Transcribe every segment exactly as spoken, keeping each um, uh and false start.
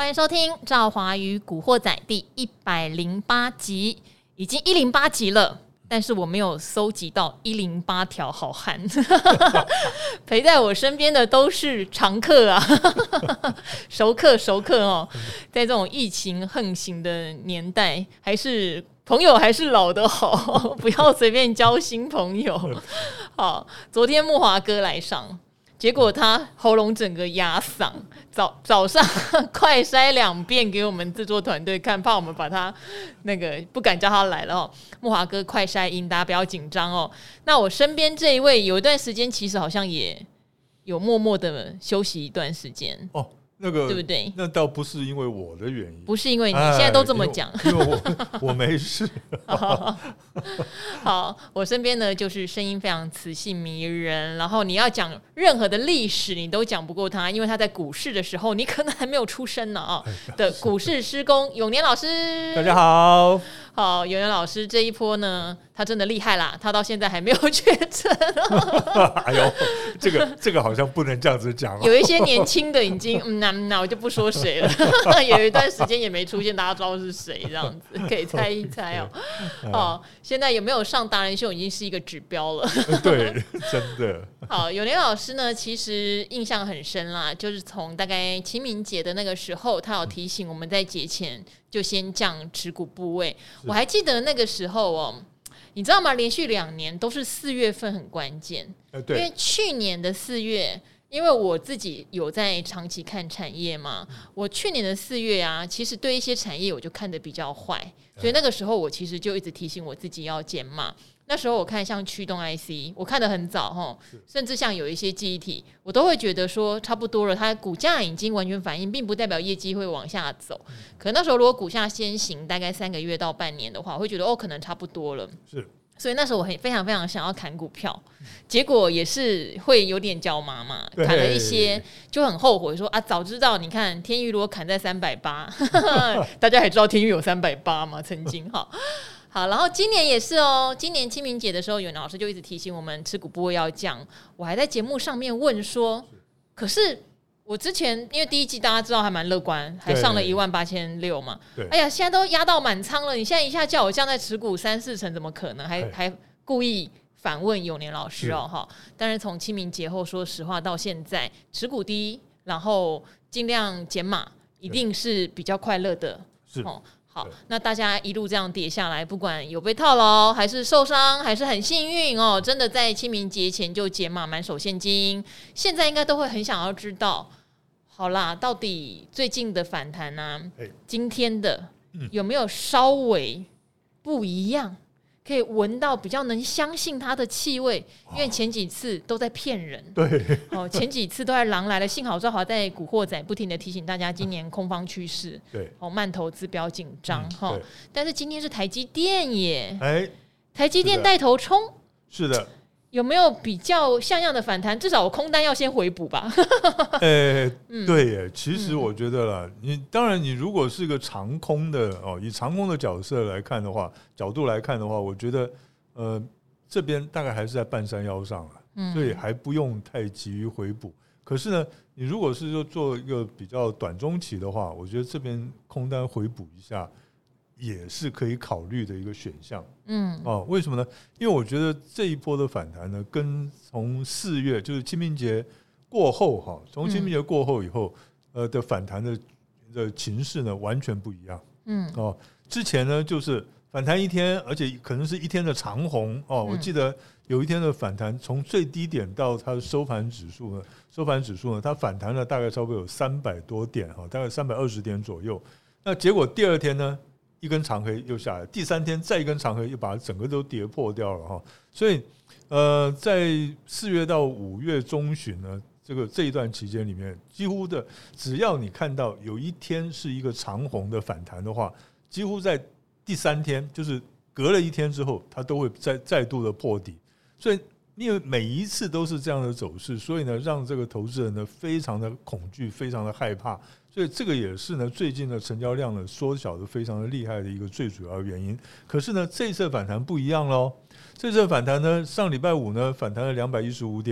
迎收听赵华与古惑仔第一百零八集，已经一零八集了，但是我没有搜集到一零八条好汉陪在我身边的都是常客啊熟客熟客哦，在这种疫情横行的年代，还是朋友还是老的好不要随便交新朋友。好，昨天木华哥来上，结果他喉咙整个哑嗓，早早上快筛两遍给我们制作团队看，怕我们把他那个不敢叫他来了哦。木华哥快筛阴，大家不要紧张哦。那我身边这一位有一段时间其实好像也有默默的休息一段时间哦。那个对不对？ 那倒不是因为我的原因， 不是因为你、哎、现在都这么讲， 因为我我没事。 好, 好，我身边呢就是声音非常磁性迷人，然后你要讲任何的历史你都讲不过他，因为他在股市的时候你可能还没有出生呢啊、哦、的股市师公永年老师。 大家好。 好，永年老师这一波呢，他真的厉害啦，他到现在还没有确诊。 哎呦，这个这个好像不能这样子讲、哦。 有一些年轻的已经，嗯那那我就不说谁了。有一段时间也没出现，大家知道是谁，这样子可以猜一猜哦。哦，现在有没有上达人秀已经是一个指标了。 对，真的。 好，永年老师呢，其实印象很深啦，就是从大概清明节的那个时候，他有提醒我们在节前就先降持股部位。我还记得那个时候哦，你知道吗？连续两年都是四月份很关键、 呃、对， 因为去年的四月，因为我自己有在长期看产业嘛，我去年的四月啊，其实对一些产业我就看得比较坏，所以那个时候我其实就一直提醒我自己要减码。那时候我看像驱动 I C， 我看得很早齁，甚至像有一些记忆体，我都会觉得说差不多了，它股价已经完全反应，并不代表业绩会往下走。可那时候如果股价先行大概三个月到半年的话，我会觉得哦，可能差不多了。 是， 所以那时候我很非常非常想要砍股票，结果也是会有点脚麻嘛，砍了一些就很后悔说啊，早知道你看天钰如果砍在三百八，大家还知道天钰有三百八吗？曾经哈。好，然后今年也是哦，今年清明节的时候，永年老师就一直提醒我们持股部位要降。我还在节目上面问说，可是我之前因为第一季大家知道还蛮乐观，还上了一万八千六嘛，哎呀，现在都压到满仓了，你现在一下叫我降在持股三四成，怎么可能？还还故意反问永年老师哦哈。但是从清明节后，说实话到现在持股低，然后尽量减码，一定是比较快乐的， 是哦。好，那大家一路这样跌下来，不管有被套牢，还是受伤，还是很幸运哦，真的在清明节前就减码满手现金，现在应该都会很想要知道，好啦，到底最近的反弹啊，今天的有没有稍微不一样？可以闻到比较能相信它的气味，因为前几次都在骗人。 对， 哦，前几次都在狼来了。幸好赵华在古惑仔不停的提醒大家，今年空方趋势， 对， 哦，慢投资不要紧张哈、 嗯。 但是今天是台积电耶， 哎， 台积电带头冲， 是的。 有没有比较像样的反弹？至少我空单要先回补吧。 呃、嗯，对耶，其实我觉得啦，你当然你如果是个长空的哦，以长空的角色来看的话，角度来看的话，我觉得呃这边大概还是在半山腰上了、嗯，所以还不用太急于回补。可是呢，你如果是说做一个比较短中期的话，我觉得这边空单回补一下。也是可以考虑的一个选项，嗯，哦，为什么呢？因为我觉得这一波的反弹呢，跟从四月就是清明节过后哈，从清明节过后以后，呃的反弹的的情势呢，完全不一样，嗯，哦，之前呢就是反弹一天，而且可能是一天的长红哦，我记得有一天的反弹，从最低点到它的收盘指数呢，收盘指数呢，它反弹了大概差不多有三百多点哈，大概三百二十点左右，那结果第二天呢？一根长黑又下来，第三天再一根长黑又把整个都跌破掉了哈，所以呃，在四月到五月中旬呢，这个这一段期间里面，几乎的只要你看到有一天是一个长红的反弹的话，几乎在第三天，就是隔了一天之后，它都会再再度的破底，所以因为每一次都是这样的走势，所以呢，让这个投资人呢非常的恐惧，非常的害怕。所以这个也是呢，最近的成交量呢缩小的非常的厉害的一个最主要的原因。可是呢，这次反弹不一样咯，这次反弹呢，上礼拜五呢反弹了两百一十五点，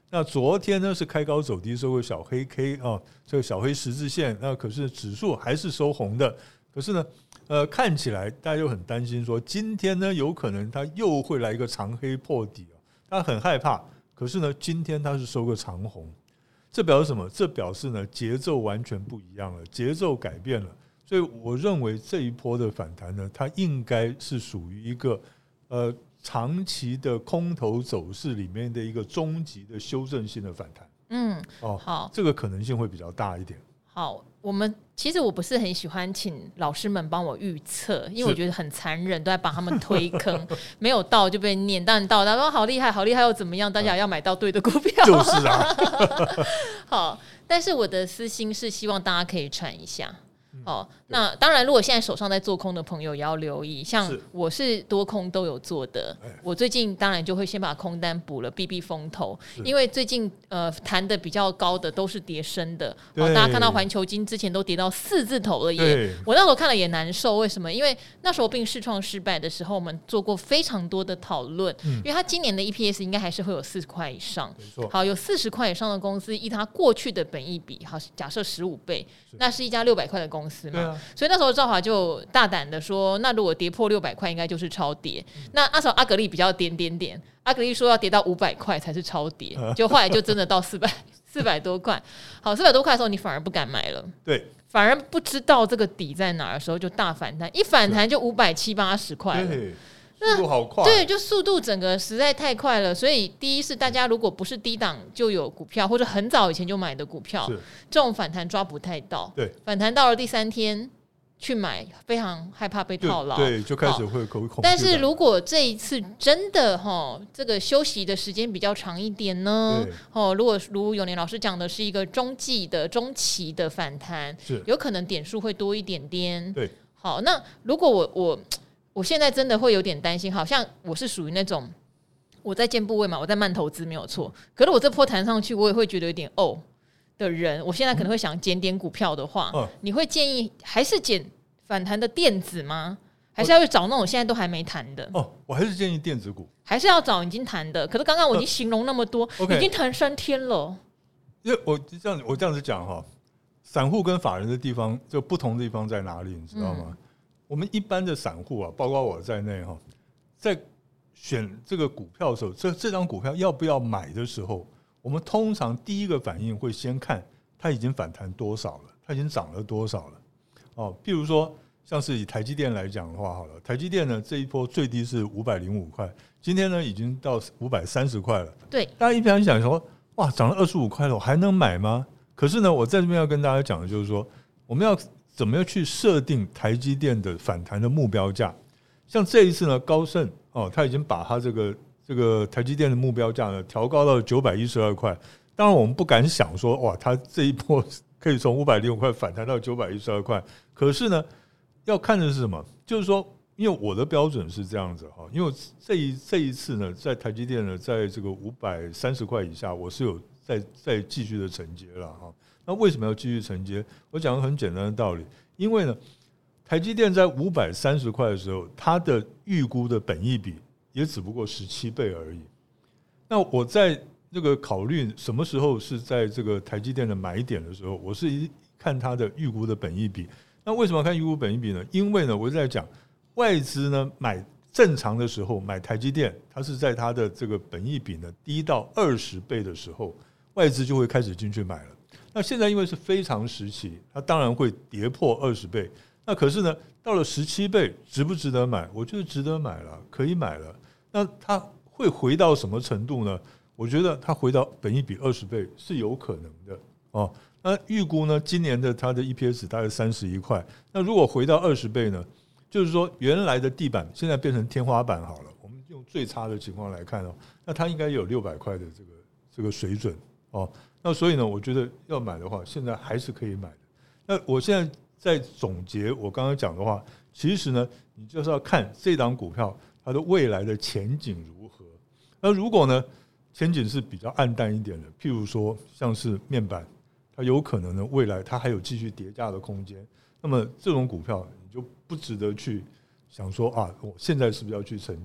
那昨天呢是开高走低收个小黑 K 啊，这个小黑十字线，那可是指数还是收红的。可是呢，呃，看起来大家又很担心说，今天呢有可能它又会来一个长黑破底，大家很害怕。可是呢，今天它是收个长红，这表示什么？这表示呢节奏完全不一样了，节奏改变了。所以我认为这一波的反弹呢，它应该是属于一个呃。长期的空头走势里面的一个终极的修正性的反弹， 嗯，哦，好， 这个可能性会比较大一点。 好，我们其实我不是很喜欢请老师们帮我预测，因为我觉得很残忍，都在把他们推坑，没有到就被念，但到他说好厉害，好厉害又怎么样？大家要买到对的股票， 就是啊。 好，但是我的私心是希望大家可以喘一下。哦，那当然，如果现在手上在做空的朋友也要留意，像我是多空都有做的，我最近当然就会先把空单补了，避避风头，因为最近呃谈的比较高的都是跌深的，哦，大家看到环球金之前都跌到四字头了耶，我那时候看了也难受，为什么？因为那时候并试创失败的时候，我们做过非常多的讨论，嗯，因为它今年的 E P S 应该还是会有四十块以上，好，有四十块以上的公司，依它过去的本益比，好，假设十五倍，那是一家六百块的公司。嘛啊，所以那时候兆华就大胆的说，那如果跌破六百块，应该就是超跌。嗯，那那时候阿格力比较点点点，阿格力说要跌到五百块才是超跌，就后来就真的到四百四百多块。好，四百多块的时候，你反而不敢买了，对，反而不知道这个底在哪的时候就大反弹，一反弹就五百七八十块了。速度好快，对，就速度整个实在太快了，所以第一是大家如果不是低档就有股票，或者很早以前就买的股票，这种反弹抓不太到，对，反弹到了第三天去买，非常害怕被套牢，对，就开始会有恐惧。但是如果这一次真的哈，这个休息的时间比较长一点呢，哦，如果如永年老师讲的是一个中季的中期的反弹，有可能点数会多一点点，对，好，那如果我我。我现在真的会有点担心，好像我是属于那种我在建部位嘛，我在慢投资没有错，可是我这波弹上去，我也会觉得有点哦的人，我现在可能会想减点股票的话，嗯，你会建议还是减反弹的电子吗？还是要去找那种现在都还没弹的？哦， 我还是建议电子股， 还是要找已经弹的。可是刚刚我已经形容那么多，呃 okay，已经弹三天了。 因为我这样我这样子讲哈，散户跟法人的地方就不同的地方在哪里，你知道吗？嗯，我们一般的散户啊，包括我在内哈，在选这个股票的时候，这这张股票要不要买的时候，我们通常第一个反应会先看它已经反弹多少了，它已经涨了多少了。哦，譬如说像是以台积电来讲的话，好了，台积电呢这一波最低是五百零五块，今天呢已经到五百三十块了。对，大家一般想说，哇，涨了二十五块了，我还能买吗？可是呢，我在这边要跟大家讲的就是说，我们要怎么样去设定台积电的反弹的目标价？像这一次呢，高盛哦，他已经把他这个这个台积电的目标价呢调高到九百一十二块。当然，我们不敢想说哇，他这一波可以从五百零五块反弹到九百一十二块。可是呢，要看的是什么？就是说，因为我的标准是这样子哈，因为这一这一次呢，在台积电呢，在这个五百三十块以下，我是有再再继续的承接了哈。那为什么要继续承接？我讲个很简单的道理，因为呢，台积电在五百三十块的时候，它的预估的本益比也只不过十七倍而已。那我在这个考虑什么时候是在这个台积电的买点的时候，我是一看它的预估的本益比。那为什么要看预估本益比呢？因为呢，我在讲外资呢买正常的时候买台积电，它是在它的这个本益比呢低到二十倍的时候，外资就会开始进去买了。那现在因为是非常时期，它当然会跌破二十倍。那可是呢，到了十七倍，值不值得买？我觉得值得买了，可以买了。那它会回到什么程度呢？我觉得它回到本益比二十倍是有可能的哦。那预估呢，今年的它的 E P S 大概三十一块。那如果回到二十倍呢，就是说原来的地板现在变成天花板好了。我们用最差的情况来看哦，那它应该有六百块的这个这个水准哦。那所以呢，我觉得要买的话，现在还是可以买的。那我现在在总结我刚刚讲的话，其实呢，你就是要看这档股票它的未来的前景如何。那如果呢，前景是比较暗淡一点的，譬如说像是面板，它有可能呢未来它还有继续跌价的空间。那么这种股票你就不值得去想说啊，我现在是不是要去承接？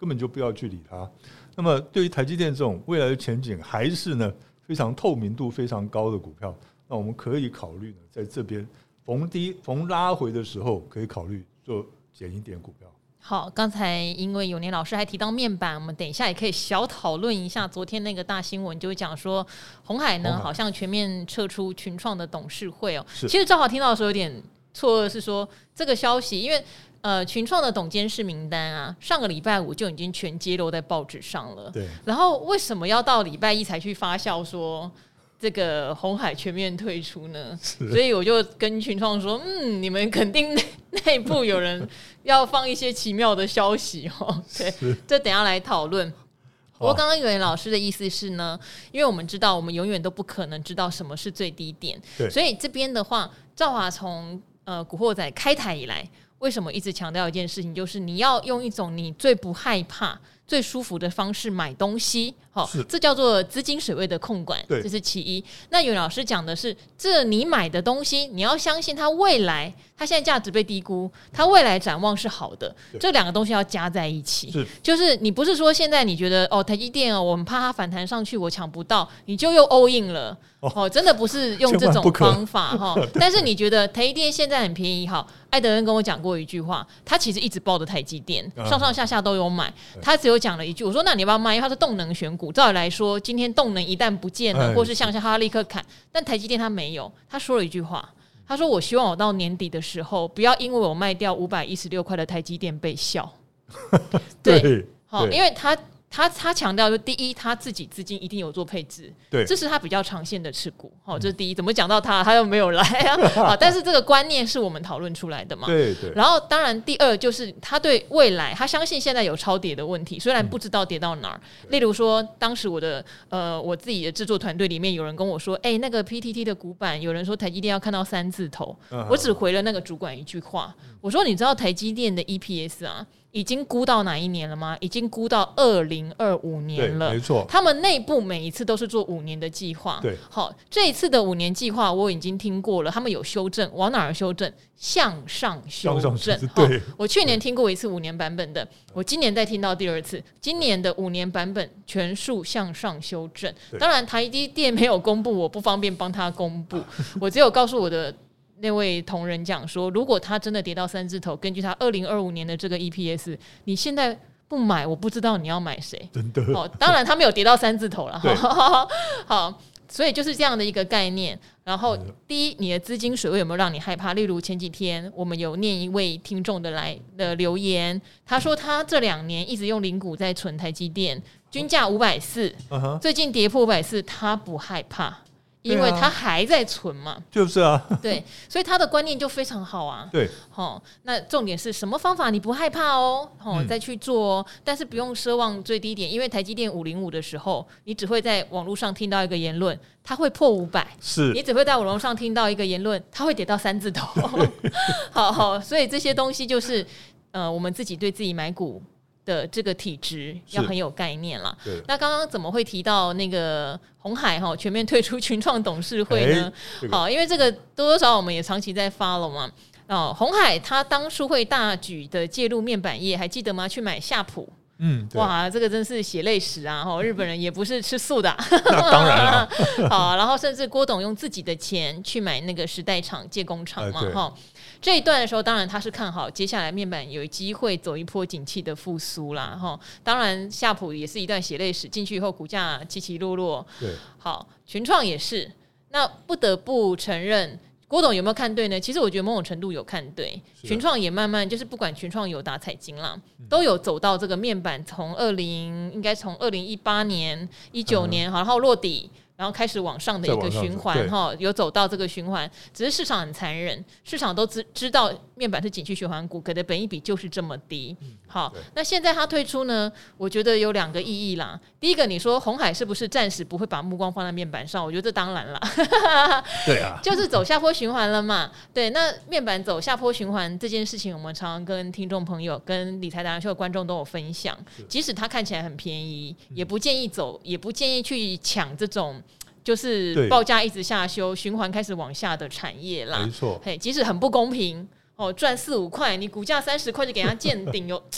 根本就不要去理它。那么对于台积电这种未来的前景还是呢非常透明度非常高的股票，那我们可以考虑呢在这边逢低逢拉回的时候可以考虑做减一点股票。 好，刚才因为永年老师还提到面板，我们等一下也可以小讨论一下昨天那个大新闻，就讲说鸿海呢好像全面撤出群创的董事会哦。其实赵华听到的时候有点错愕，是说这个消息，因为呃群创的董监事名单啊，上个礼拜五就已经全揭露在报纸上了。对，然后为什么要到礼拜一才去发酵说这个鸿海全面退出呢？所以我就跟群创说，嗯，你们肯定内部有人要放一些奇妙的消息哦。对，这等一下来讨论。不过刚刚永元老师的意思是呢，因为我们知道我们永远都不可能知道什么是最低点，所以这边的话，兆华从呃古惑仔开台以来，为什么一直强调一件事情，就是你要用一种你最不害怕最舒服的方式买东西，哦，这叫做资金水位的控管，这是其一。那有老师讲的是，这你买的东西，你要相信它未来，它现在价值被低估，它未来展望是好的，这两个东西要加在一起。是就是你不是说现在你觉得哦台积电哦，我们怕它反弹上去，我抢不到，你就又 all in 了。哦，真的不是用这种方法哈。但是你觉得台积电现在很便宜，好，艾德恩跟我讲过一句话，他其实一直抱着台积电，上上下下都有买，他只有讲了一句，我说那你要不要卖？因为它是动能选股，照理来说，今天动能一旦不见了，或是向下，他立刻砍。但台积电他没有，他说了一句话，他说我希望我到年底的时候，不要因为我卖掉五百一十六块的台积电被笑。对，好，因为他。他他强调，就第一，他自己资金一定有做配置，对，这是他比较长线的持股，好、哦，这是第一。怎么讲到他，他又没有来啊？啊，但是这个观念是我们讨论出来的嘛？对对。然后，当然，第二就是他对未来，他相信现在有超跌的问题，虽然不知道跌到哪儿。嗯、例如说，当时我的呃我自己的制作团队里面有人跟我说，哎、欸，那个 P T T 的股板，有人说台积电要看到三字头，嗯、我只回了那个主管一句话，我说你知道台积电的 E P S 啊？已经估到哪一年了吗？已经估到二零二五年了。没错，他们内部每一次都是做五年的计划。对，好，这一次的五年计划我已经听过了，他们有修正，往哪儿修正？向上修正。对，我去年听过一次五年版本的，我今年再听到第二次，今年的五年版本全数向上修正。当然，台积电没有公布，我不方便帮他公布，我只有告诉我的。那位同仁讲说，如果他真的跌到三字头，根据他二零二五年的这个 E P S， 你现在不买，我不知道你要买谁。真的，哦，当然他没有跌到三字头了。好，所以就是这样的一个概念。然后，第一，你的资金水位有没有让你害怕？例如前几天我们有念一位听众的来的留言，他说他这两年一直用零股在存台积电，均价五百四，最近跌破五百四，他不害怕。因为他还在存嘛， 就是啊， 对，所以他的观念就非常好啊。对，好、哦，那重点是什么方法你不害怕哦，哦、嗯，再去做哦，但是不用奢望最低点，因为台积电五零五的时候，你只会在网络上听到一个言论，它会破五百，是你只会在网络上听到一个言论，它会跌到三字头。好好，所以这些东西就是呃，我们自己对自己买股的这个体质要很有概念啦。那刚刚怎么会提到那个鸿海哈全面退出群创董事会呢？欸这个、好，因为这个多多少少我们也长期在 follow 嘛。哦，鸿海他当初会大举的介入面板业，还记得吗？去买夏普。嗯，哇，这个真是血泪史啊！哈，日本人也不是吃素的、啊， 那当然了。 好，然后甚至郭董用自己的钱去买那个时代厂、介工厂嘛，哈、呃。这一段的时候，当然他是看好接下来面板有机会走一波景气的复苏啦，哈。当然夏普也是一段血泪史，进去以后股价起起落落。对，好，群创也是。那不得不承认。郭董有没有看对呢？其实我觉得某种程度有看对，群创也慢慢就是不管群创、友达、彩晶啦，都有走到这个面板，从二零应该从二零一八年、一九年，然后落底。然后开始往上的一个循环哈，有走到这个循环，只是市场很残忍，市场都知知道面板是景气循环股，可的本益比就是这么低。好，那现在它退出呢，我觉得有两个意义啦。第一个，你说鸿海是不是暂时不会把目光放在面板上？我觉得这当然啦，对啊，就是走下坡循环了嘛。对，那面板走下坡循环这件事情，我们常常跟听众朋友、跟理财达人秀的观众都有分享。即使它看起来很便宜，也不建议走，也不建议去抢这种。就是报价一直下修，循环开始往下的产业啦，没错。嘿，即使很不公平哦，赚四五块，你股价三十块就给它见顶，有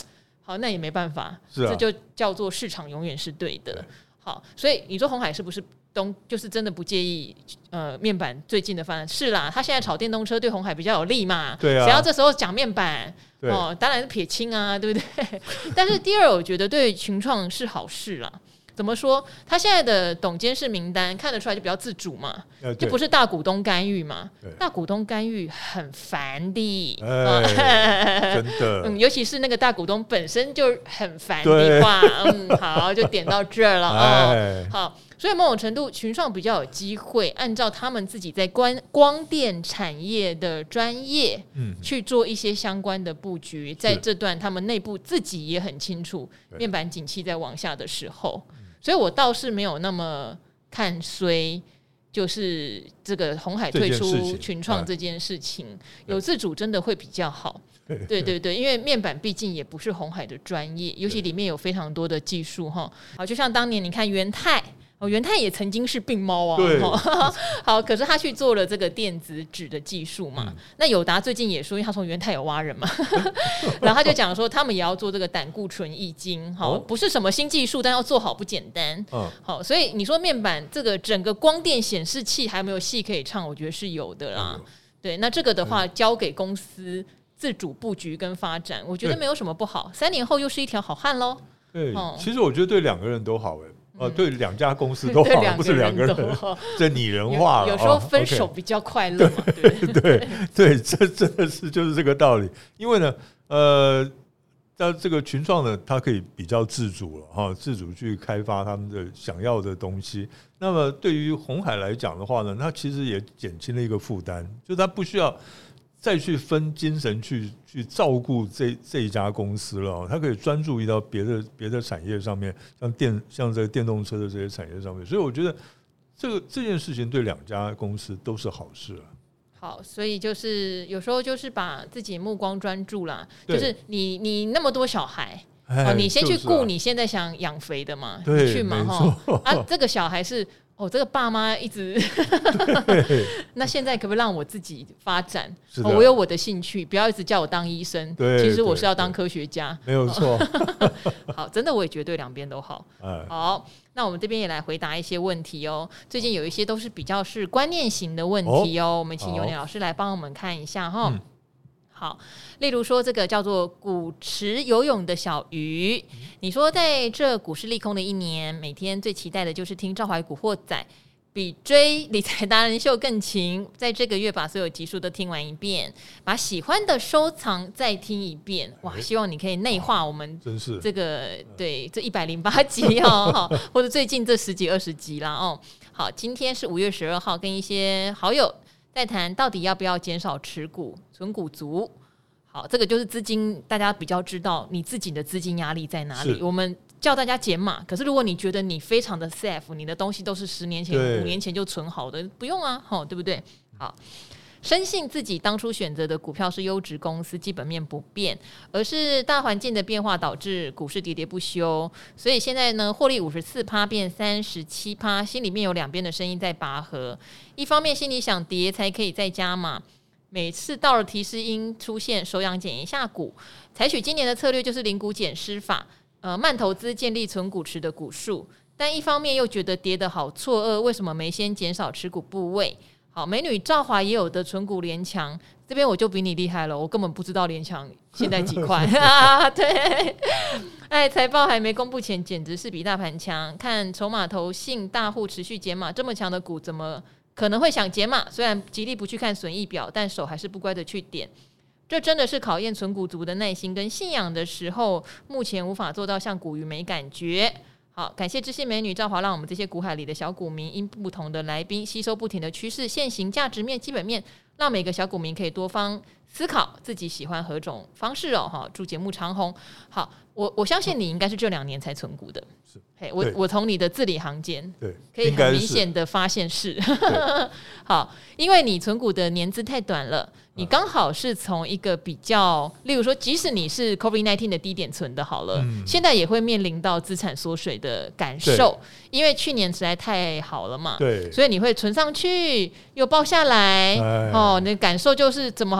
好，那也没办法， 是啊， 这就叫做市场永远是对的。好，所以你说鸿海是不是东就是真的不介意呃面板最近的发展？是啦，他现在炒电动车对鸿海比较有利嘛， 对啊， 谁要这时候讲面板哦，当然是撇清啊，对不对？但是第二，我觉得对群创是好事啦。怎么说？他现在的董监事名单看得出来就比较自主嘛，呃、就不是大股东干预嘛。大股东干预很烦的， 哎、真的、 嗯，尤其是那个大股东本身就很烦的话，嗯，好，就点到这儿了啊、哎哦。好，所以某种程度，群创比较有机会按照他们自己在光光电产业的专业，嗯，去做一些相关的布局。在这段他们内部自己也很清楚，面板景气在往下的时候。所以我倒是没有那么看衰，就是这个鸿海退出群创这件事情，有自主真的会比较好。对对对，因为面板毕竟也不是鸿海的专业，尤其里面有非常多的技术哈。好，就像当年你看元太。哦，元太也曾经是病猫啊，好，可是他去做了这个电子纸的技术嘛。嗯、那友达最近也说，因为他从元太有挖人嘛，然后他就讲说，他们也要做这个胆固醇抑精，好，不是什么新技术，但要做好不简单。嗯、好，所以你说面板这个整个光电显示器还有没有戏可以唱？我觉得是有的啦。嗯、对，那这个的话，嗯、交给公司自主布局跟发展，我觉得没有什么不好。三年后又是一条好汉喽。对， 嗯、其实我觉得对两个人都好哎。呃，对两家公司都好，不是两个人，这拟人化了。 有, 有时候分手比较快乐嘛，对对对对，这真的是就是这个道理。因为呢，呃，在这个群创呢，它可以比较自主了哈，自主去开发他们的想要的东西。那么对于鸿海来讲的话呢，它其实也减轻了一个负担，就是它不需要再去分精神去去照顾这这一家公司了，他可以专注于到别的别的产业上面，像电像这个电动车的这些产业上面，所以我觉得这个这件事情对两家公司都是好事啊。 好，所以就是有时候就是把自己目光专注啦，就是你你那么多小孩。哦，你先去顾你现在想养肥的嘛， 对， 你去嘛哈啊，这个小孩是哦，这个爸妈一直那现在可不可以让我自己发展？哦、我有我的兴趣，不要一直叫我当医生。其实我是要当科学家， 没有错。 好，真的我也觉得对两边都好。哎、好，那我们这边也来回答一些问题哦。最近有一些都是比较是观念型的问题哦，哦我们请尤年老师来帮我们看一下哈。嗯好，例如说这个叫做股池游泳的小鱼，你说在这股市利空的一年，每天最期待的就是听赵怀古惑仔比追理财达人秀更勤，在这个月把所有集数都听完一遍，把喜欢的收藏再听一遍。哇，希望你可以内化我们这个对这一百零八集哦，或者最近这十几二十集啦哦。好，今天是五月十二号，跟一些好友在谈到底要不要减少持股存股族。好，这个就是资金，大家比较知道你自己的资金压力在哪里。我们叫大家减码，可是如果你觉得你非常的 safe， 你的东西都是十年前五年前就存好的，不用啊，好，对不对？好，深信自己当初选择的股票是优质公司，基本面不变，而是大环境的变化导致股市喋喋不休。所以现在呢，获利 百分之五十四 变 百分之三十七， 心里面有两边的声音在拔河。一方面心里想跌才可以再加码，每次到了提示音出现，手痒减一下股，采取今年的策略就是零股减失法，呃，慢投资建立存股池的股数。但一方面又觉得跌得好错愕，为什么没先减少持股部位？好，美女兆华也有的存股联强，这边我就比你厉害了，我根本不知道联强现在几块啊！对，哎，财报还没公布前，简直是比大盘强。看筹码投信大户持续减码，这么强的股怎么可能会想减码？虽然极力不去看损益表，但手还是不乖的去点。这真的是考验存股族的耐心跟信仰的时候，目前无法做到像股鱼没感觉。好，感谢知性美女兆华，让我们这些股海里的小股民因不同的来宾吸收不停的趋势、现行价值面、基本面，让每个小股民可以多方思考自己喜欢何种方式哦。哈，祝节目长红。好，我我相信你应该是这两年才存股的。是，嘿，我我从你的字里行间，对，可以很明显的发现是。好，因为你存股的年资太短了。你刚好是从一个比较，例如说，即使你是 COVID 十九 的低点存的好了，嗯、现在也会面临到资产缩水的感受，因为去年实在太好了嘛，对，所以你会存上去又爆下来，哦，你的感受就是怎么好像有一点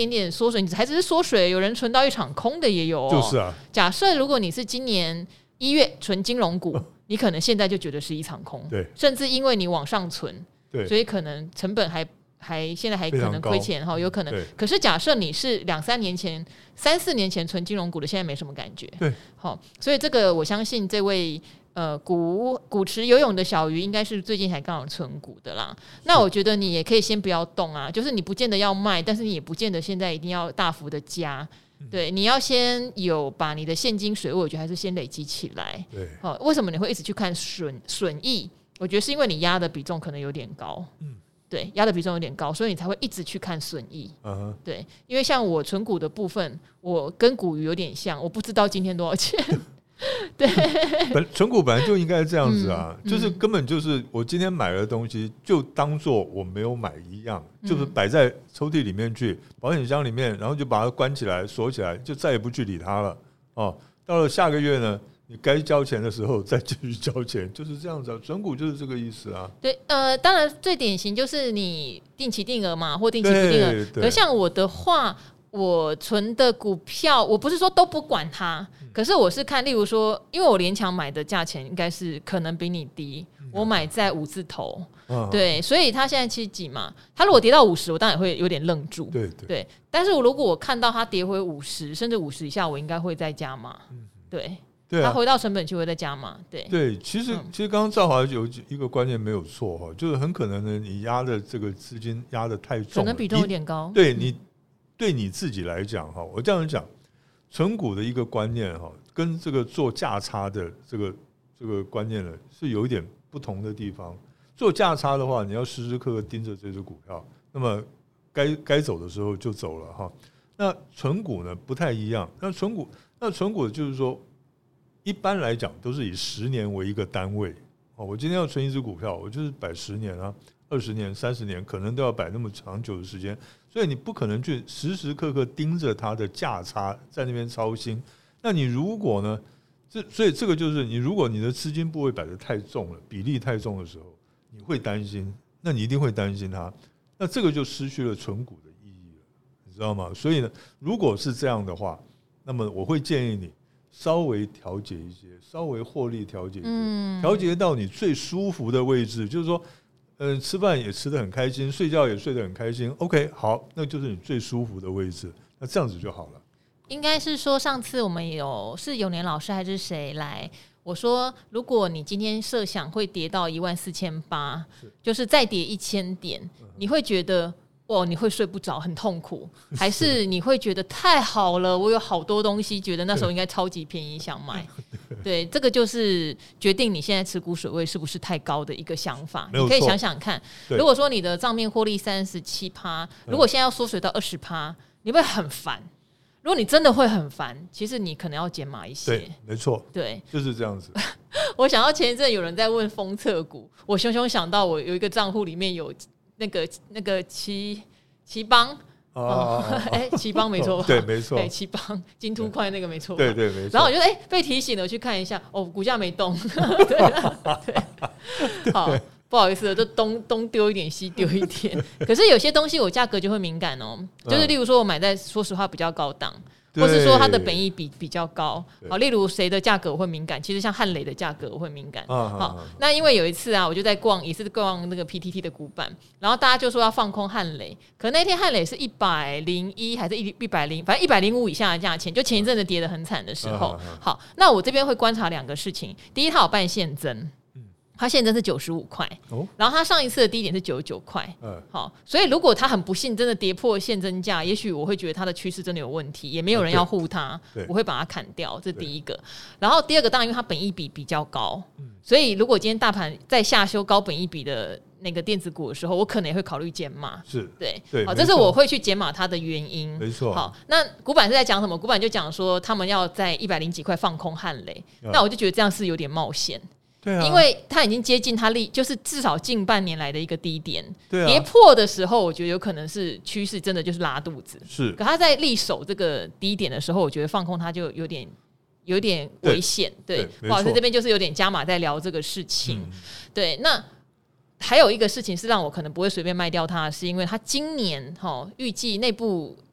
点点缩水，你还只是缩水，有人存到一场空的也有哦。 就是啊， 假设如果你是今年一月存金融股，你可能现在就觉得是一场空， 对， 甚至因为你往上存， 对， 所以可能成本还还现在还可能亏钱哈，有可能。可是假设你是两三年前、三四年前存金融股的，现在没什么感觉， 对， 好，所以这个我相信这位。呃，股股池游泳的小鱼应该是最近才刚好存股的啦。那我觉得你也可以先不要动啊，就是你不见得要卖，但是你也不见得现在一定要大幅的加。对，你要先有把你的现金水位，我觉得还是先累积起来。 对， 好，为什么你会一直去看损损益？我觉得是因为你压的比重可能有点高。嗯，对，压的比重有点高，所以你才会一直去看损益。Uh-huh. 对，因为像我存股的部分，我跟股鱼有点像，我不知道今天多少钱。对， 本存股本来就应该这样子啊、嗯，就是根本就是我今天买的东西，就当做我没有买一样，嗯、就是摆在抽屉里面去，保险箱里面，然后就把它关起来、锁起来，就再也不去理它了。哦，到了下个月呢，你该交钱的时候再继续交钱，就是这样子啊。存股就是这个意思啊。 对，呃，当然最典型就是你定期定额嘛，或定期不定额。可是像我的话。我存的股票，我不是说都不管它，可是我是看，例如说，因为我联强买的价钱应该是可能比你低，我买在五字头，嗯、对，所以它现在七十几嘛，它如果跌到五十，我当然会有点愣住， 对 对, 对。但是如果我看到它跌回五十，甚至五十以下，我应该会再加码，对。对啊、它回到成本区会再加码，对对，其实、嗯、其实刚刚兆华有一个观念没有错哈，就是很可能呢，你压的这个资金压的太重了，可能比重有点高， 对你。对你自己来讲哈，我这样讲，存股的一个观念哈，跟这个做价差的这个这个观念呢是有一点不同的地方。做价差的话，你要时时刻刻盯着这只股票，那么该该走的时候就走了哈。那存股呢不太一样，那存股那存股就是说，一般来讲都是以十年为一个单位哦。我今天要存一只股票，我就是摆十年啊。二十年、三十年，可能都要摆那么长久的时间，所以你不可能去时时刻刻盯着它的价差在那边操心。那你如果呢？这所以这个就是你，如果你的资金部位摆得太重了，比例太重的时候，你会担心，那你一定会担心它，那这个就失去了存股的意义了，你知道吗？所以呢，如果是这样的话，那么我会建议你稍微调节一些，稍微获利调节一些，调节到你最舒服的位置，就是说。嗯，吃饭也吃得很开心，睡觉也睡得很开心。OK， 好，那就是你最舒服的位置，那这样子就好了。 应该是说，上次我们有是永年老师还是谁来？我说，如果你今天设想会跌到一万四千八，就是再跌一千点，你会觉得哇，你会睡不着，很痛苦，还是你会觉得太好了？我有好多东西，觉得那时候应该超级便宜，想买。对，这个就是决定你现在持股水位是不是太高的一个想法。你可以想想看，如果说你的账面获利三十七趴，如果现在要缩水到二十趴，你会很烦。如果你真的会很烦，其实你可能要减码一些。 对，没错， 对， 就是这样子。 我想到前一阵有人在问封测股，我熊熊想到我有一个账户里面有那个那个奇奇邦。哦，哎，奇邦没错吧？ 对，没错， 对，奇邦金凸块那个没错， 对对没错。 然后我就哎、欸、被提醒了，我去看一下，哦，股价没动，对对，好，不好意思，就东东丢一点，西丢一点。可是有些东西我价格就会敏感哦，就是例如说我买在说实话比较高档。或是说它的本益比比较高，好，例如谁的价格我会敏感，其实像汉磊的价格我会敏感。好，好，那因为有一次啊，我就在逛，也是逛那个 P T T 的股板，然后大家就说要放空汉磊，可那天汉磊是一百零一还是一一百零，反正一百零五以下的价钱，就前一阵子跌得很惨的时候。好，那我这边会观察两个事情，第一，它有办现增。它现在是九十五块，然后它上一次的低点是九十九块，好，所以如果它很不幸真的跌破现增价，也许我会觉得它的趋势真的有问题，也没有人要护它，我会把它砍掉，这第一个。然后第二个，当然因为它本益比比较高，所以如果今天大盘在下修高本益比的那个电子股的时候，我可能也会考虑减码， 是对， 对， 好，这是我会去减码它的原因， 没错。 好，那股板是在讲什么？股板就讲说他们要在一百零几块放空汉磊，那我就觉得这样是有点冒险。 对啊， 因为它已经接近它历，就是至少近半年来的一个低点。 对啊， 跌破的时候，我觉得有可能是趋势，真的就是拉肚子。是，可它在力守这个低点的时候，我觉得放空它就有点有点危险。对，对对，不好意思，这边就是有点加码在聊这个事情。嗯、对，那还有一个事情是让我可能不会随便卖掉它，是因为它今年哈预计内部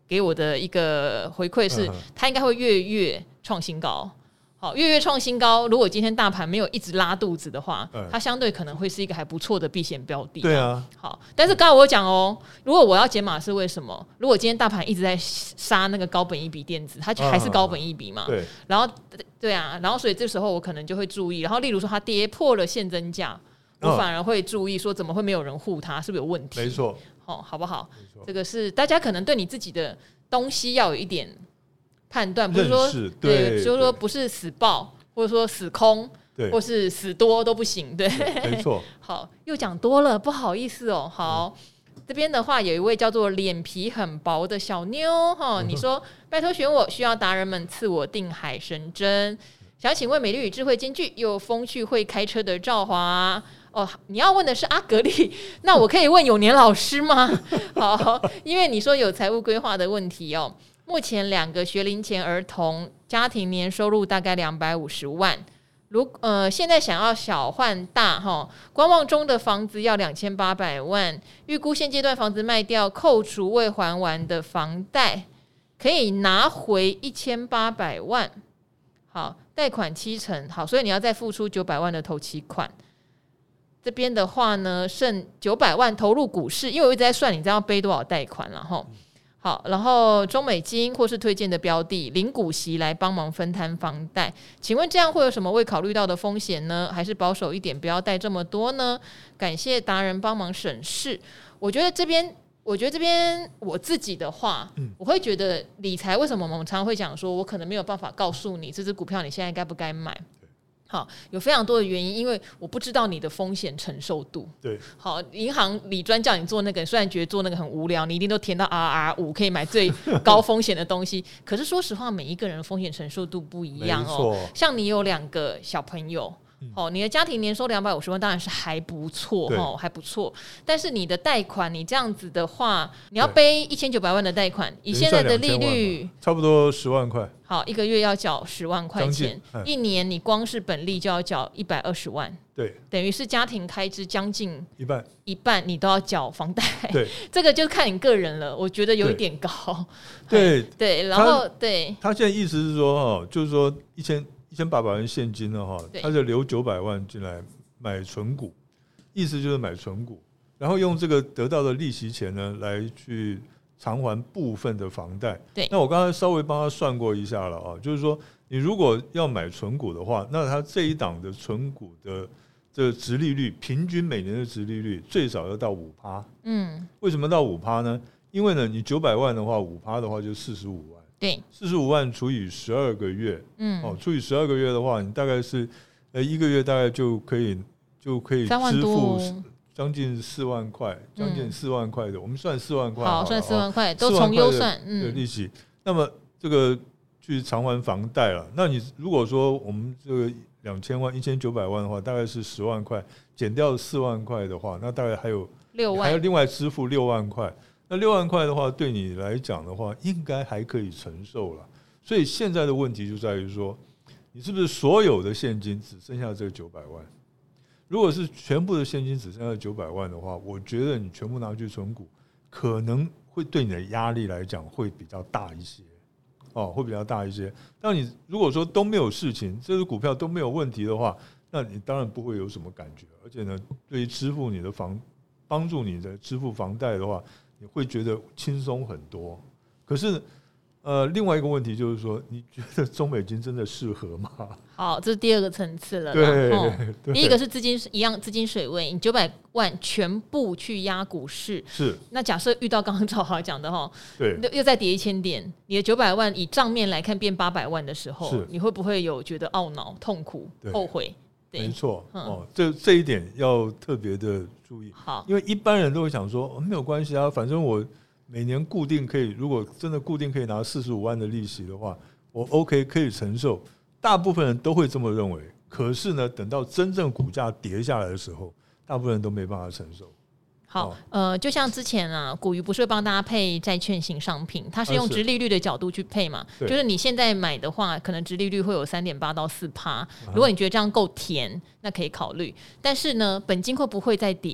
给我的一个回馈是，它应该会月月创新高。好，月月创新高，如果今天大盘没有一直拉肚子的话，嗯、它相对可能会是一个还不错的避险标的。 对啊， 好，但是刚才我讲哦，如果我要减码是为什么？如果今天大盘一直在杀那个高本益比电子，它还是高本益比嘛？ 对。 然后，对啊，然后所以这时候我可能就会注意，然后例如说它跌破了现增价，我反而会注意说怎么会没有人护它，是不是有问题？ 没错， 哦，好不好？这个是大家可能对你自己的东西要有一点判断，不是说对，就是说不是死抱，或者说死空，或是死多都不行，对， 没错。 好，又讲多了，不好意思哦。好，嗯、这边的话有一位叫做脸皮很薄的小妞哈，你说拜托选我，需要达人们赐我定海神针。想请问美丽与智慧兼具又风趣会开车的赵华。哦，你要问的是阿格丽，那我可以问永年老师吗？好，因为你说有财务规划的问题哦。目前两个学龄前儿童家庭年收入大概两百五十万，如呃现在想要小换大哈，观望中的房子要两千八百万，预估现阶段房子卖掉扣除未还完的房贷，可以拿回一千八百万。好，贷款七成，好，所以你要再付出九百万的头期款。这边的话呢，剩九百万投入股市，因为我一直在算你这样背多少贷款了哈。好，然后中美金或是推荐的标的零股息来帮忙分摊房贷，请问这样会有什么未考虑到的风险呢？还是保守一点，不要贷这么多呢？感谢达人帮忙审视。我觉得这边，我觉得这边我自己的话，嗯、我会觉得理财为什么我们常常会讲说，我可能没有办法告诉你这只股票你现在该不该买。好，有非常多的原因，因为我不知道你的风险承受度。 对， 好，银行理专叫你做那个，虽然觉得做那个很无聊，你一定都填到 R R 五，可以买最高风险的东西。可是说实话，每一个人的风险承受度不一样哦。像你有两个小朋友。哦，你的家庭年收两百五十万当然是还不错哦，还不错。但是你的贷款，你这样子的话，你要背一千九百万的贷款，以现在的利率， 差不多十万块。 好，一个月要缴十万块钱，一年你光是本利就要缴一百二十万。 对， 等于是家庭开支将近一半， 一半你都要缴房贷。 对， 这个就看你个人了，我觉得有一点高。 对对，然后对， 他现在意思是说，哦，就是说一千。一千八百万现金呢，哈，他就留九百万进来买存股，意思就是买存股，然后用这个得到的利息钱呢，来去偿还部分的房贷。 对， 那我刚才稍微帮他算过一下了啊，就是说你如果要买存股的话，那他这一档的存股的这个殖利率，平均每年的殖利率最少要到五趴。嗯，为什么到五趴呢？因为呢，你九百万的话，五趴的话就四十五万。 对， 四十五万除以十二个月，嗯，哦，除以十二个月的话，你大概是，呃，一个月大概就可以就可以支付将近四万块，将近四万块的，嗯、我们算四万块， 好，算四万块，都从优算， 嗯，的利息。嗯、那么这个去偿还房贷了，那你如果说我们这个两千万、一千九百万的话，大概是十万块，减掉四万块的话，那大概还有六万， 还要另外支付六万块。那六万块的话，对你来讲的话，应该还可以承受了。所以现在的问题就在于说，你是不是所有的现金只剩下这个九百万？如果是全部的现金只剩下九百万的话，我觉得你全部拿去存股，可能会对你的压力来讲会比较大一些，哦，会比较大一些。但你如果说都没有事情，这只股票都没有问题的话，那你当然不会有什么感觉，而且呢，对于支付你的房，帮助你的支付房贷的话。你会觉得轻松很多，可是，呃，另外一个问题就是说，你觉得中美金真的适合吗？ 好，这是第二个层次了。 对， 对，第一个是资金一样，资金水位，你九百万全部去压股市， 是。那假设遇到刚刚赵华讲的哈， 对， 又再跌一千点，你的九百万以账面来看变八百万的时候，你会不会有觉得懊恼、痛苦、后悔？ 没错，哦，这这一点要特别的注意。 好， 因为一般人都会想说，哦，没有关系啊，反正我每年固定可以，如果真的固定可以拿四十五万的利息的话，我 OK 可以承受。大部分人都会这么认为。可是呢，等到真正股价跌下来的时候，大部分人都没办法承受。 好，呃，就像之前啊，股鱼不是会帮大家配债券型商品，它是用殖利率的角度去配嘛，啊、就是你现在买的话，可能殖利率会有三点八到四趴，如果你觉得这样够甜，那可以考虑。但是呢，本金会不会再跌？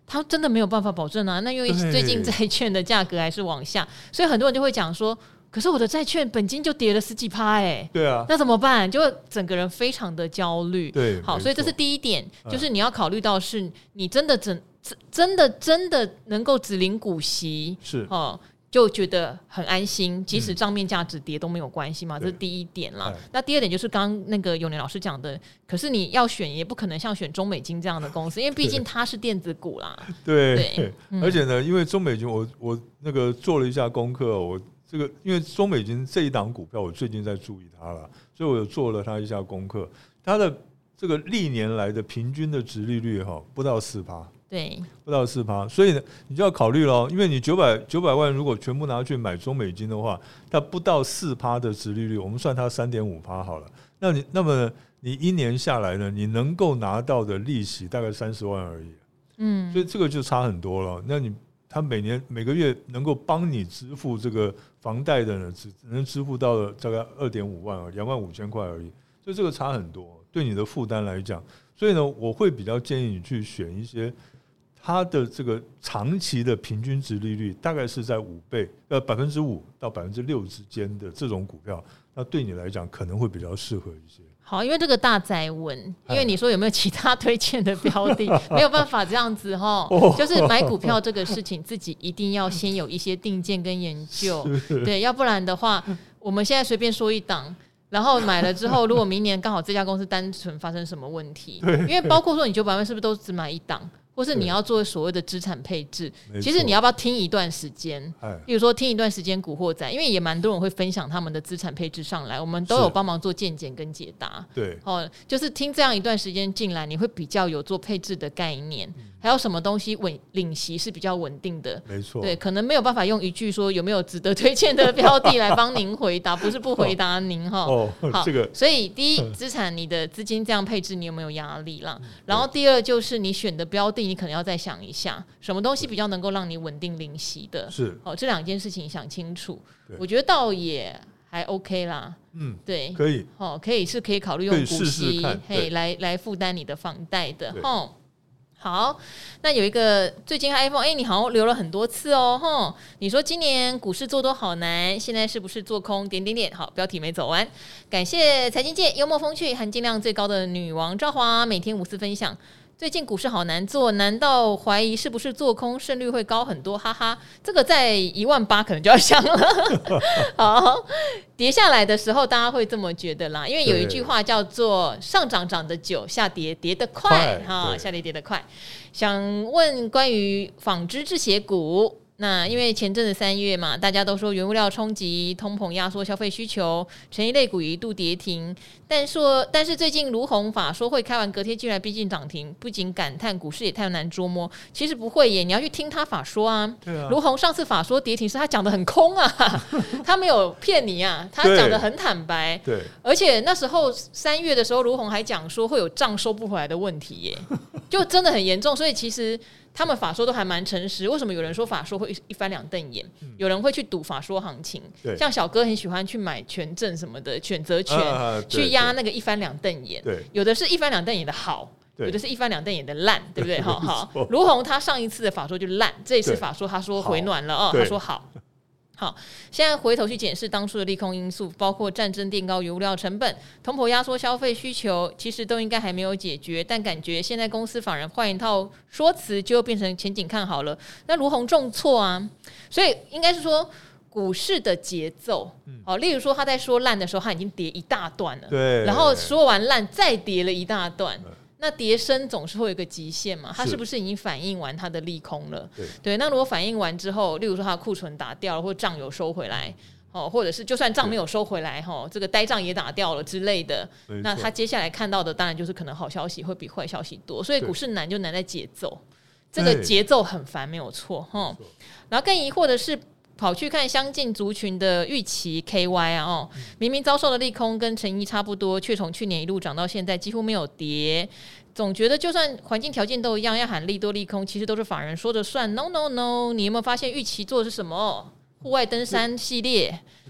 他真的没有办法保证啊。那因为最近债券的价格还是往下，所以很多人就会讲说，可是我的债券本金就跌了十几趴哎， 对啊， 那怎么办？就整个人非常的焦虑。 对， 好，所以这是第一点，就是你要考虑到是你真的真真的真的能够只领股息是哦。就觉得很安心，即使账面价值跌都没有关系嘛，嗯、这是第一点啦。那第二点就是刚刚那个永年老师讲的，可是你要选也不可能像选中美金这样的公司，因为毕竟它是电子股啦。 对，对嗯、而且呢，因为中美金，我我那个做了一下功课，我这个因为中美金这一档股票，我最近在注意它了，所以我有做了它一下功课，它的这个历年来的平均的殖利率哈，不到四趴。 对， 不到四趴，所以呢，你就要考虑咯，因为你九百九百万如果全部拿去买中美金的话，它不到四趴的殖利率，我们算它三点五趴好了。那你那么你一年下来呢，你能够拿到的利息大概三十万而已，嗯，所以这个就差很多了。那你他每年每个月能够帮你支付这个房贷的呢，只能支付到了大概二点五万，两万五千块而已，所以这个差很多，对你的负担来讲。所以呢，我会比较建议你去选一些。它的这个长期的平均殖利率大概是在五倍，呃，百分之五到百分之六之间的这种股票，那对你来讲可能会比较适合一些。 好，因为这个大哉问，因为你说有没有其他推荐的标的，没有办法这样子哈，就是买股票这个事情，自己一定要先有一些定见跟研究，对，要不然的话，我们现在随便说一档。然后买了之后，如果明年刚好这家公司单纯发生什么问题，因为包括说你九百万是不是都只买一档？或是你要做所谓的资产配置，其实你要不要听一段时间？比如说听一段时间《古惑仔》，因为也蛮多人会分享他们的资产配置上来，我们都有帮忙做见解跟解答。 对， 哦，就是听这样一段时间进来，你会比较有做配置的概念，嗯、还有什么东西稳领息是比较稳定的？ 没错， 对，可能没有办法用一句说有没有值得推荐的标的来帮您回答，不是不回答您哈。 哦， 好， 这个， 所以第一，资产你的资金这样配置，你有没有压力啦？然后第二就是你选的标的。你可能要再想一下，什么东西比较能够让你稳定领息的？是，好，这两件事情想清楚，我觉得倒也还 OK 啦。嗯，对， 可以， 哦，可以是可以考虑用股息，嘿，来来负担你的房贷的，吼。好，那有一个最近 iPhone， 哎、欸，你好像留了很多次哦，吼，你说今年股市做多好难，现在是不是做空？点点点，好，标题没走完。感谢财经界幽默风趣、含金量最高的女王赵华，每天无私分享。最近股市好难做，难道怀疑是不是做空胜率会高很多？哈哈，这个在一万八可能就要想了。好，跌下来的时候，大家会这么觉得啦，因为有一句话叫做“上涨涨得久，下跌跌得快”哈，下跌跌得快。想问关于纺织制鞋股。那因为前阵子三月嘛，大家都说原物料冲击、通膨压缩消费需求，成衣类股一度跌停。但说，但是最近卢鸿法说会开完隔天居然逼近涨停，不仅感叹股市也太难捉摸。其实不会耶，你要去听他法说啊。对啊，卢鸿上次法说跌停是他讲的很空啊，他没有骗你啊，他讲的很坦白。对，而且那时候三月的时候，卢鸿还讲说会有账收不回来的问题耶，就真的很严重。所以其实。他们法说都还蛮诚实，为什么有人说法说会一翻两瞪眼？嗯、有人会去赌法说行情，像小哥很喜欢去买权证什么的选择权，啊、去压那个一翻两瞪眼。有的是一翻两瞪眼的好，有的是一翻两瞪眼的烂，对不对？好好，卢鸿他上一次的法说就烂，这一次法说他说回暖了哦，他说好。好，现在回头去检视当初的利空因素，包括战争垫高原物料成本、通膨压缩消费需求，其实都应该还没有解决。但感觉现在公司法人换一套说辞，就变成前景看好了。那卢鸿重挫啊，所以应该是说股市的节奏。好，例如说他在说烂的时候，他已经跌一大段了，对，然后说完烂再跌了一大段。那跌升总是会有一个极限嘛，它是不是已经反映完它的利空了？对, 对，那如果反映完之后，例如说它的库存打掉了，或账有收回来，哦，或者是就算账没有收回来，哈，这个呆账也打掉了之类的，那他接下来看到的当然就是可能好消息会比坏消息多，所以股市难就难在节奏，这个节奏很烦，没有错，哈。然后更疑惑的是。跑去看相近族群的预期 K Y 啊，哦，明明遭受的利空跟成衣差不多，却从去年一路涨到现在，几乎没有跌。总觉得就算环境条件都一样，要喊利多利空，其实都是法人说着算。No No No， 你有没有发现预期做的是什么？户外登山系列，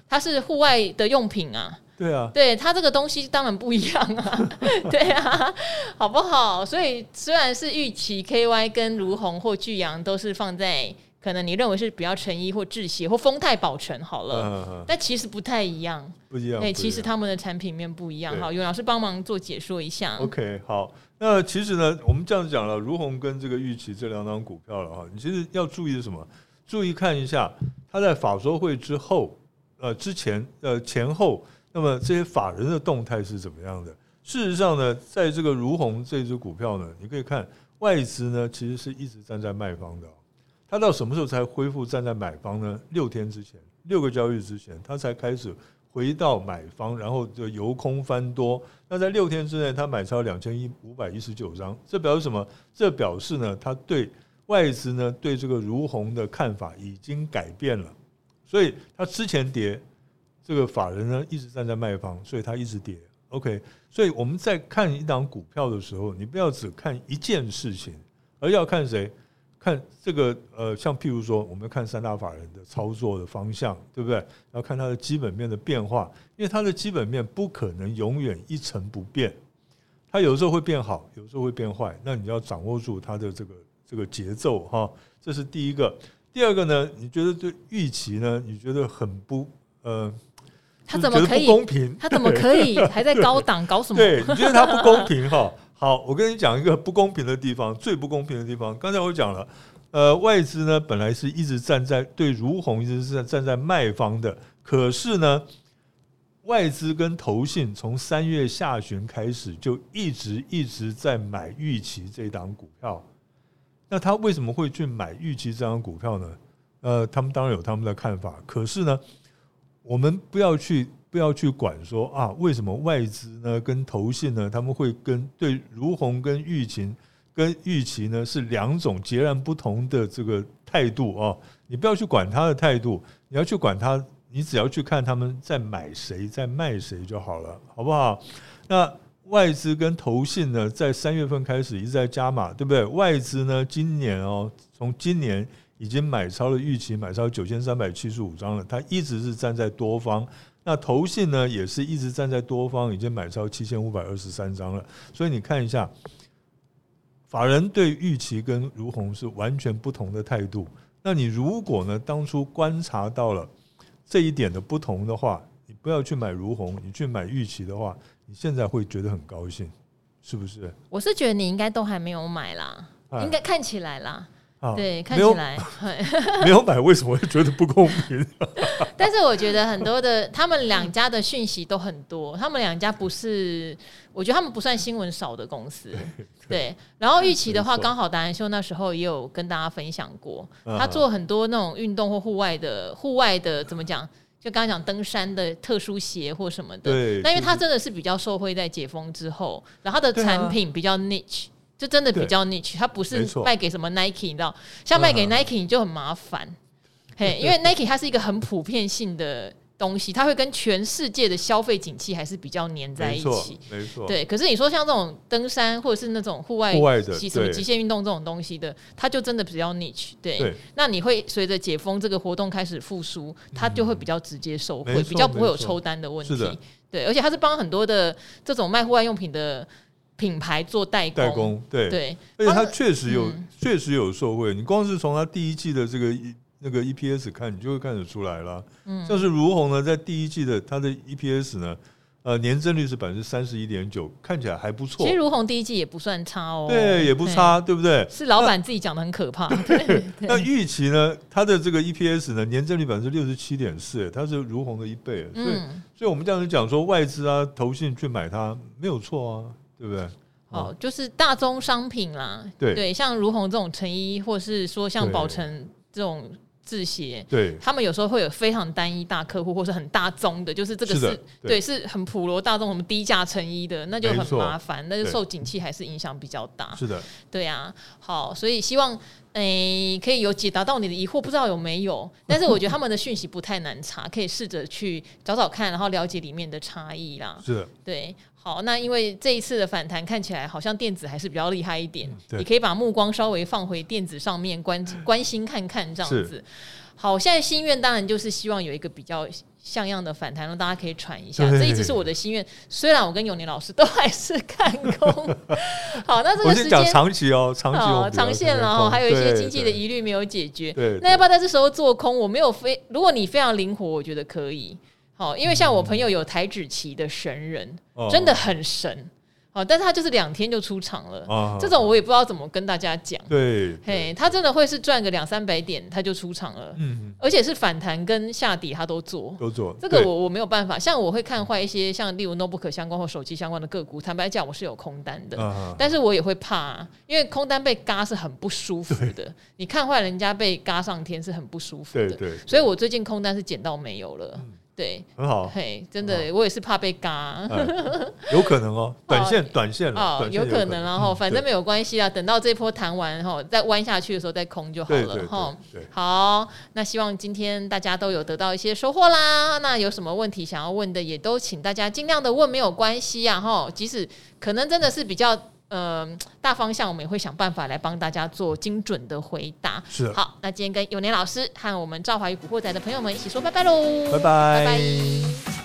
它是户外的用品啊。 对啊， 对，它这个东西当然不一样啊，对啊，好不好？所以虽然是预期 K Y 跟如虹或巨阳都是放在可能你认为是比较成衣或制鞋或丰泰宝成好了，嗯嗯，但其实不太一样， 不一样。 对，其实他们的产品面不一样。好，有老师帮忙做解说一下。 OK， 好，那其实呢，我们这样子讲了，如虹跟这个预期这两档股票了哈，你其实要注意的什么？注意看一下它在法说会之后，呃，之前呃前后。那么这些法人的动态是怎么样的？事实上呢，在这个如虹这只股票呢，你可以看外资呢，其实是一直站在卖方的、哦。它到什么时候才恢复站在买方呢？六天之前，六个交易之前，它才开始回到买方，然后就由空翻多。那在六天之内，它买超两千五百一十九张，这表示什么？这表示呢，它对外资呢对这个如虹的看法已经改变了，所以它之前跌。这个法人呢一直站在卖方，所以它一直跌。OK， 所以我们在看一档股票的时候，你不要只看一件事情，而要看谁？看这个呃，像譬如说，我们看三大法人的操作的方向，对不对？要看它的基本面的变化，因为它的基本面不可能永远一成不变，它有时候会变好，有时候会变坏，那你要掌握住它的这个这个节奏哈。这是第一个。第二个呢，你觉得对预期呢？你觉得很不呃？ 他怎么可以不公平？ 他怎么可以还在高档搞什么？ 对，你觉得他不公平哈？好，我跟你讲一个不公平的地方，最不公平的地方。刚才我讲了，呃，外资呢本来是一直站在对如虹一直是站在卖方的，可是呢，外资跟投信从三月下旬开始就一直一直在买预期这档股票。那他为什么会去买预期这档股票呢？呃，他们当然有他们的看法，可是呢。我们不要去不要去管说啊，为什么外资呢跟投信呢，他们会跟对如虹跟预期跟预期呢是两种截然不同的这个态度啊！你不要去管他的态度，你要去管他，你只要去看他们在买谁在卖谁就好了，好不好？那外资跟投信呢，在三月份开始一直在加码，对不对？外资呢，今年哦，从今年。已经买超了预期，买超九千三百七十五张了。它一直是站在多方，那投信呢也是一直站在多方，已经买超七千五百二十三张了。所以你看一下，法人对预期跟如虹是完全不同的态度。那你如果呢当初观察到了这一点的不同的话，你不要去买如虹，你去买预期的话，你现在会觉得很高兴，是不是？ 我是觉得你应该都还没有买啦，应该看起来啦。 啊、 对，看起来没有买，为什么会觉得不公平？ 但是我觉得很多的他们两家的讯息都很多，他们两家不是，我觉得他们不算新闻少的公司。对，然后预期的话，刚好达人秀那时候也有跟大家分享过，他做很多那种运动或户外的户外的怎么讲？就刚刚讲登山的特殊鞋或什么的， 对， 但因为它真的是比较受惠在解封之后，然后它的产品比较 niche。就真的比较 niche， 它不是卖给什么 Nike， 你知道，像卖给 Nike 你就很麻烦，嘿，因为 Nike 它是一个很普遍性的东西，它会跟全世界的消费景气还是比较黏在一起， 没错。 对，可是你说像这种登山或者是那种户外户外的什么极限运动这种东西的，它就真的比较 niche， 对。对，那你会随着解封这个活动开始复苏，它就会比较直接受惠，比较不会有抽单的问题。对，而且它是帮很多的这种卖户外用品的。品牌做代工， 代工对对，而且它确实有确、嗯、实有受惠。你光是从它第一季的这个那个 E P S 看，你就会看得出来了。嗯，像是如虹呢，在第一季的它的 E P S 呢，呃，年增率是百分之三十一点九，看起来还不错。 其实如虹第一季也不算差哦， 对，也不差， 对, 对不对？ 是老板自己讲的很可怕。 对，对那预期呢，它的这个 E P S 呢，年增率百分之六十七点四，它是如虹的一倍，所以、嗯，所以我们这样子讲说，外资啊、投信去买它没有错啊。对不对？ 哦，就是大宗商品啦，对，对像如虹这种成衣，或是说像宝成这种制鞋，对，他们有时候会有非常单一大客户，或是很大宗的，就是这个 是, 是对，是很普罗大众，我们低价成衣的，那就很麻烦，那就受景气还是影响比较大。是的，对啊，好，所以希望。诶，可以有解答到你的疑惑，不知道有没有？但是我觉得他们的讯息不太难查，可以试着去找找看，然后了解里面的差异啦。是的，对。 好，那因为这一次的反弹看起来好像电子还是比较厉害一点， 嗯、 你可以把目光稍微放回电子上面关关心看看这样子。好，现在心愿当然就是希望有一个比较像样的反弹，让大家可以喘一下，这一直是我的心愿。虽然我跟永年老师都还是看空，好，那这个时间我先讲长期哦，长期哦， 长线，然后还有一些经济的疑虑没有解决。那要不要在这时候做空？我没有非，如果你非常灵活，我觉得可以。好，因为像我朋友有台指期的神人，嗯、真的很神。哦，但是他就是两天就出场了，啊、这种我也不知道怎么跟大家讲。 对， 嘿，他真的会是赚个两三百点，他就出场了，嗯，而且是反弹跟下底他都做， 都做。 这个我我没有办法，像我会看坏一些像例如 notebook 相关或手机相关的个股，坦白讲我是有空单的，啊、但是我也会怕，因为空单被嘎是很不舒服的，你看坏人家被嘎上天是很不舒服的， 对 对, 对， 所以我最近空单是减到没有了。嗯，对， 很好， 嘿，真的，我也是怕被嘎， 嗯、有可能哦，短线，短线了， 哦，有可能，然后反正没有关系啊，等到这波弹完后，再弯下去的时候再空就好了，哈。好，那希望今天大家都有得到一些收获啦。那有什么问题想要问的，也都请大家尽量的问，没有关系啊，哈。即使可能真的是比较。呃，大方向我们也会想办法来帮大家做精准的回答。 是， 好，那今天跟永年老师和我们赵华与古惑仔的朋友们一起说拜拜喽， 拜拜。 拜拜。